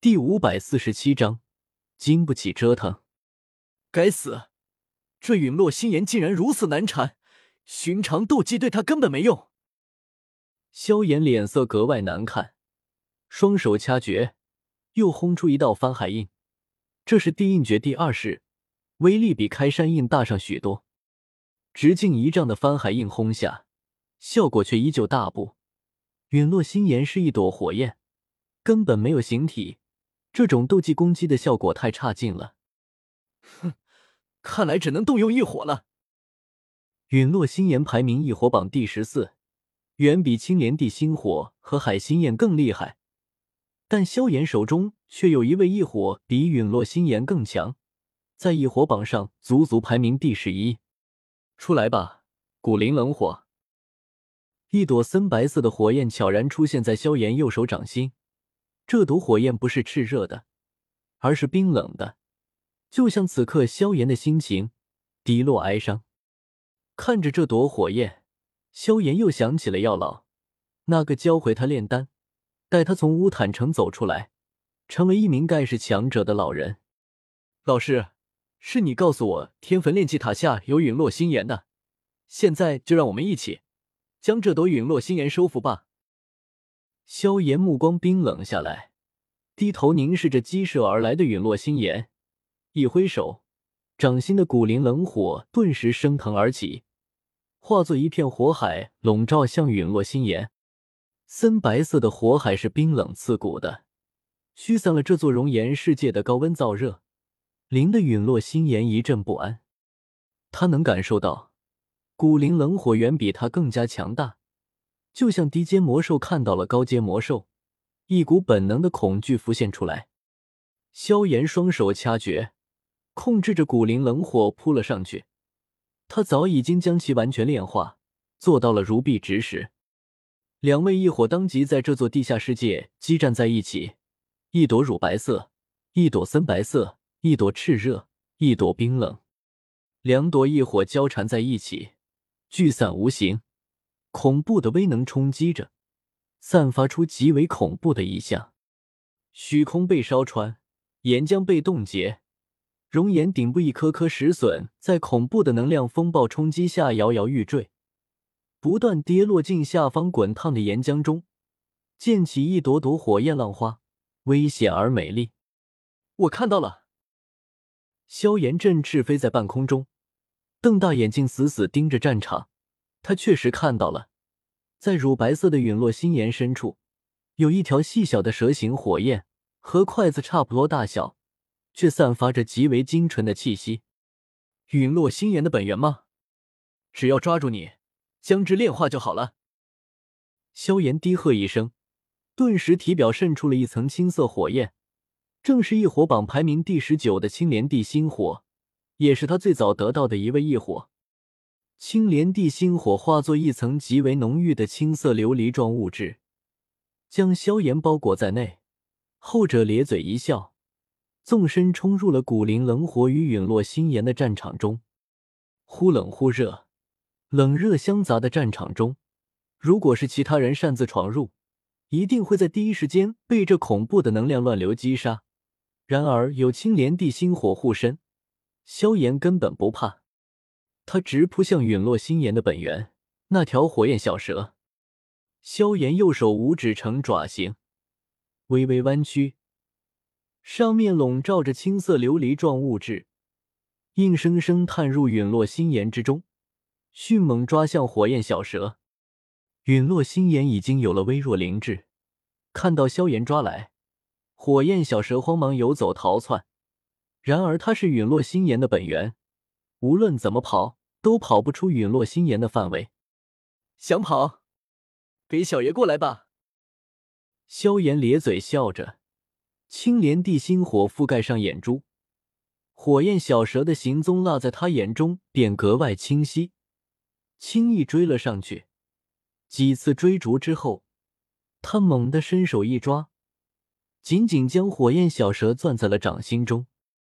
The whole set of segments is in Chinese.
第547章，经不起折腾。 该死，这陨落心炎竟然如此难缠，寻常斗技对他根本没用。 萧炎脸色格外难看，双手掐诀，又轰出一道翻海印。这是地印诀第2式，威力比开山印大上许多。直径1丈的翻海印轰下，效果却依旧大不。陨落心炎是一朵火焰，根本没有形体，这种斗技攻击的效果太差劲了。 哼，看来只能动用异火了。 陨落心炎排名异火榜第14，远比青莲地心火和海心焰更厉害，但萧炎手中却有一位异火比陨落心炎更强，在异火榜上足足排名第11。出来吧，古灵冷火！一朵森白色的火焰悄然出现在萧炎右手掌心，这朵火焰不是炽热的，而是冰冷的，就像此刻萧炎的心情低落哀伤。看着这朵火焰，萧炎又想起了药老，那个教会他炼丹，带他从乌坦城走出来，成为一名盖世强者的老人。 老师，是你告诉我天坟炼气塔下有陨落心炎的，现在就让我们一起将这朵陨落心炎收服吧。 萧炎目光冰冷下来，低头凝视着激射而来的陨落心炎，一挥手，掌心的古灵冷火顿时升腾而起，化作一片火海笼罩向陨落心炎。森白色的火海是冰冷刺骨的，驱散了这座熔岩世界的高温燥热，淋得陨落心炎一阵不安。他能感受到古灵冷火远比他更加强大，就像低阶魔兽看到了高阶魔兽，一股本能的恐惧浮现出来。萧炎双手掐诀，控制着古灵冷火扑了上去。他早已经将其完全炼化，做到了如臂指使。两位异火当即在这座地下世界激战在一起，一朵乳白色，一朵森白色，一朵炽热，一朵冰冷。两朵异火交缠在一起，聚散无形，恐怖的威能冲击着，散发出极为恐怖的异象。虚空被烧穿，岩浆被冻结，熔岩顶部一颗颗石笋在恐怖的能量风暴冲击下摇摇欲坠，不断跌落进下方滚烫的岩浆中，溅起一朵朵火焰浪花，危险而美丽。 我看到了！ 萧炎振翅飞在半空中，瞪大眼睛死死盯着战场。他确实看到了，在乳白色的陨落心炎深处，有一条细小的蛇形火焰，和筷子差不多大小，却散发着极为精纯的气息。 陨落心炎的本源吗？只要抓住你，将之炼化就好了。 萧炎低喝一声，顿时体表渗出了一层青色火焰，正是异火榜排名第19的青莲地心火，也是他最早得到的一位异火。青莲地心火化作一层极为浓郁的青色琉璃状物质，将萧炎包裹在内。后者咧嘴一笑，纵身冲入了古灵冷火与陨落心炎的战场中。忽冷忽热，冷热相杂的战场中，如果是其他人擅自闯入，一定会在第一时间被这恐怖的能量乱流击杀。然而有青莲地心火护身，萧炎根本不怕。他直扑向陨落心炎的本源，那条火焰小蛇。萧炎右手五指成爪形，微微弯曲，上面笼罩着青色琉璃状物质，硬生生探入陨落心炎之中，迅猛抓向火焰小蛇。陨落心炎已经有了微弱灵智，看到萧炎抓来，火焰小蛇慌忙游走逃窜。然而它是陨落心炎的本源，无论怎么跑都跑不出陨落心炎的范围。 想跑？给小爷过来吧！ 萧炎咧嘴笑着，青莲地心火覆盖上眼珠，火焰小蛇的行踪落在他眼中便格外清晰，轻易追了上去。几次追逐之后，他猛地伸手一抓，紧紧将火焰小蛇攥在了掌心中。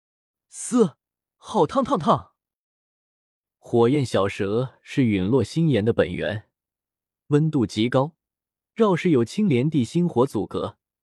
好烫烫烫！ 火焰小蛇是陨落心炎的本源，温度极高，若是有青莲地心火阻隔，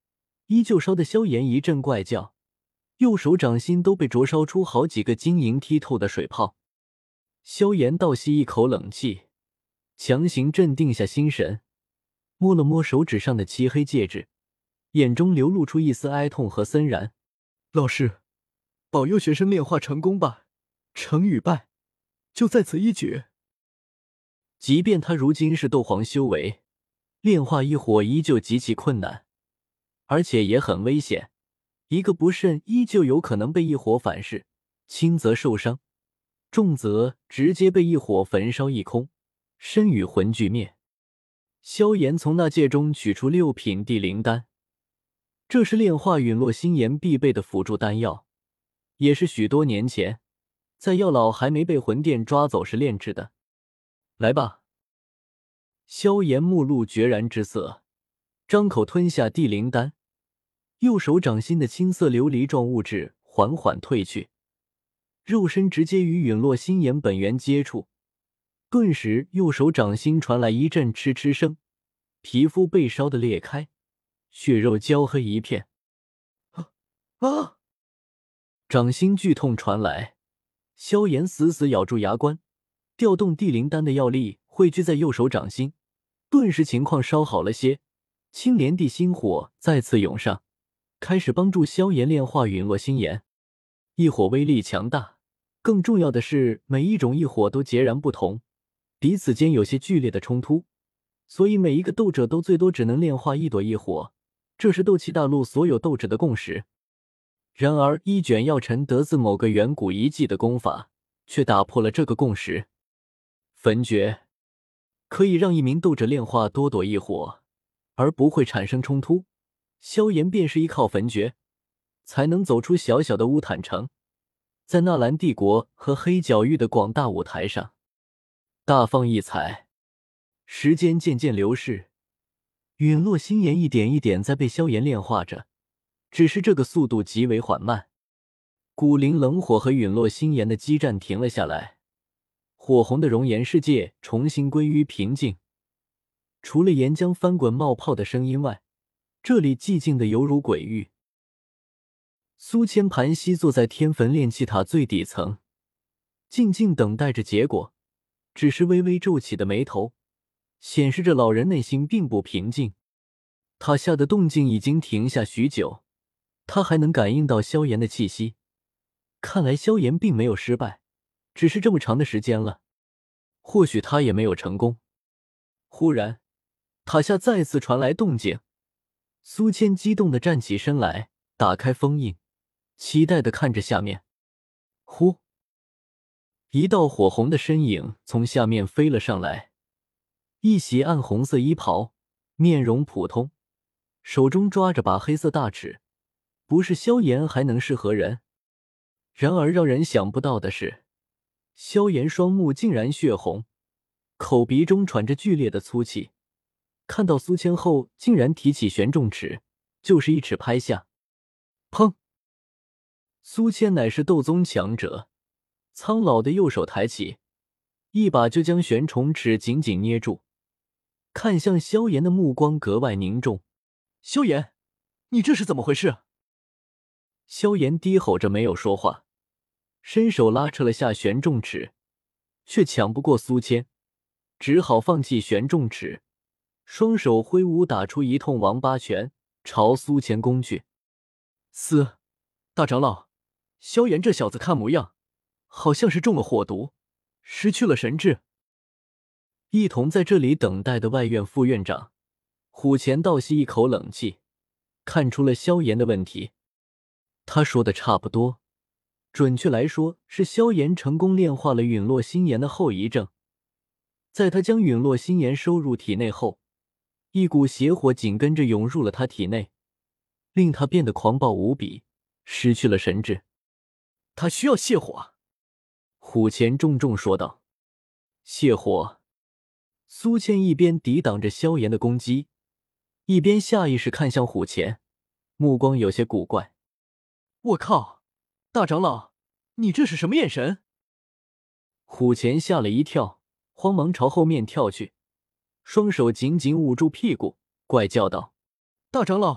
依旧烧得萧炎一阵怪叫，右手掌心都被灼烧出好几个晶莹剔透的水泡。萧炎倒吸一口冷气，强行镇定下心神，摸了摸手指上的漆黑戒指，眼中流露出一丝哀痛和森然。 老师，保佑学生炼化成功吧，成与败，就在此一举。 即便他如今是斗皇修为，炼化异火依旧极其困难，而且也很危险，一个不慎依旧有可能被异火反噬，轻则受伤，重则直接被异火焚烧一空，身与魂俱灭。萧炎从那戒中取出6品地灵丹，这是炼化陨落心炎必备的辅助丹药，也是许多年前在药老还没被魂殿抓走时炼制的。来吧。萧炎目露决然之色，张口吞下地灵丹，右手掌心的青色琉璃状物质缓缓褪去，肉身直接与陨落心炎本源接触，顿时右手掌心传来一阵嗤嗤声，皮肤被烧得裂开，血肉焦黑一片。 啊！ 掌心剧痛传来，萧炎死死咬住牙关，调动地灵丹的药力汇聚在右手掌心，顿时情况稍好了些，青莲地心火再次涌上，开始帮助萧炎炼化陨落心炎。异火威力强大，更重要的是每一种异火都截然不同，彼此间有些剧烈的冲突，所以每一个斗者都最多只能炼化一朵异火，这是斗气大陆所有斗者的共识。然而一卷药尘得自某个远古遗迹的功法却打破了这个共识。焚诀可以让一名斗者炼化多朵异火，而不会产生冲突。萧炎便是依靠焚诀才能走出小小的乌坦城，在纳兰帝国和黑角域的广大舞台上大放异彩。时间渐渐流逝，陨落心炎一点一点在被萧炎炼化着，只是这个速度极为缓慢。古灵冷火和陨落心炎的激战停了下来，火红的熔岩世界重新归于平静，除了岩浆翻滚冒泡的声音外，这里寂静的犹如鬼域。苏千盘膝坐在天坟炼气塔最底层，静静等待着结果，只是微微皱起的眉头显示着老人内心并不平静。塔下的动静已经停下许久，他还能感应到萧炎的气息，看来萧炎并没有失败，只是这么长的时间了，或许他也没有成功。忽然塔下再次传来动静，苏千激动地站起身来，打开封印，期待地看着下面。呼！一道火红的身影从下面飞了上来，一袭暗红色衣袍，面容普通，手中抓着把黑色大尺，不是萧炎还能是何人？然而让人想不到的是，萧炎双目竟然血红，口鼻中喘着剧烈的粗气，看到苏千后竟然提起玄重尺，就是一尺拍下。砰！苏千乃是斗宗强者，苍老的右手抬起，一把就将玄重尺紧紧捏住，看向萧炎的目光格外凝重。 萧炎，你这是怎么回事？ 萧炎低吼着没有说话，伸手拉扯了下玄重尺，却抢不过苏千，只好放弃玄重尺，双手挥舞打出一通王八拳，朝苏千攻去。 大长老，萧炎这小子看模样，好像是中了火毒，失去了神智。 一同在这里等待的外院副院长虎钳倒吸一口冷气，看出了萧炎的问题。他说的差不多，准确来说是萧炎成功炼化了陨落心炎的后遗症。在他将陨落心炎收入体内后，一股邪火紧跟着涌入了他体内，令他变得狂暴无比，失去了神智。 他需要泻火。 虎钳重重说道。泻火。苏千一边抵挡着萧炎的攻击，一边下意识看向虎钳，目光有些古怪。 我靠，大长老，你这是什么眼神？ 虎钳吓了一跳，慌忙朝后面跳去，双手紧紧捂住屁股，怪叫道： 大长老，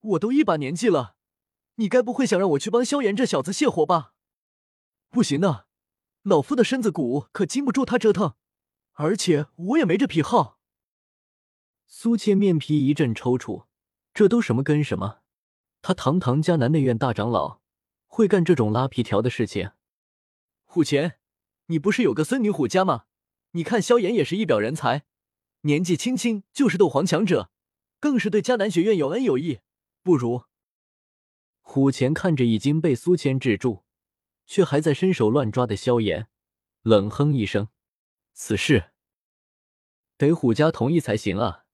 我都一把年纪了，你该不会想让我去帮萧炎这小子泄火吧？不行的，老夫的身子骨可经不住他折腾，而且我也没这癖好。 苏倩面皮一阵抽搐，这都什么跟什么？他堂堂迦南内院大长老，会干这种拉皮条的事情？ 虎钳，你不是有个孙女虎家吗？你看萧炎也是一表人才，年纪轻轻就是斗皇强者，更是对迦南学院有恩有义，不如…… 虎钳看着已经被苏倩制住，却还在伸手乱抓的萧炎，冷哼一声：“此事得虎家同意才行啊。”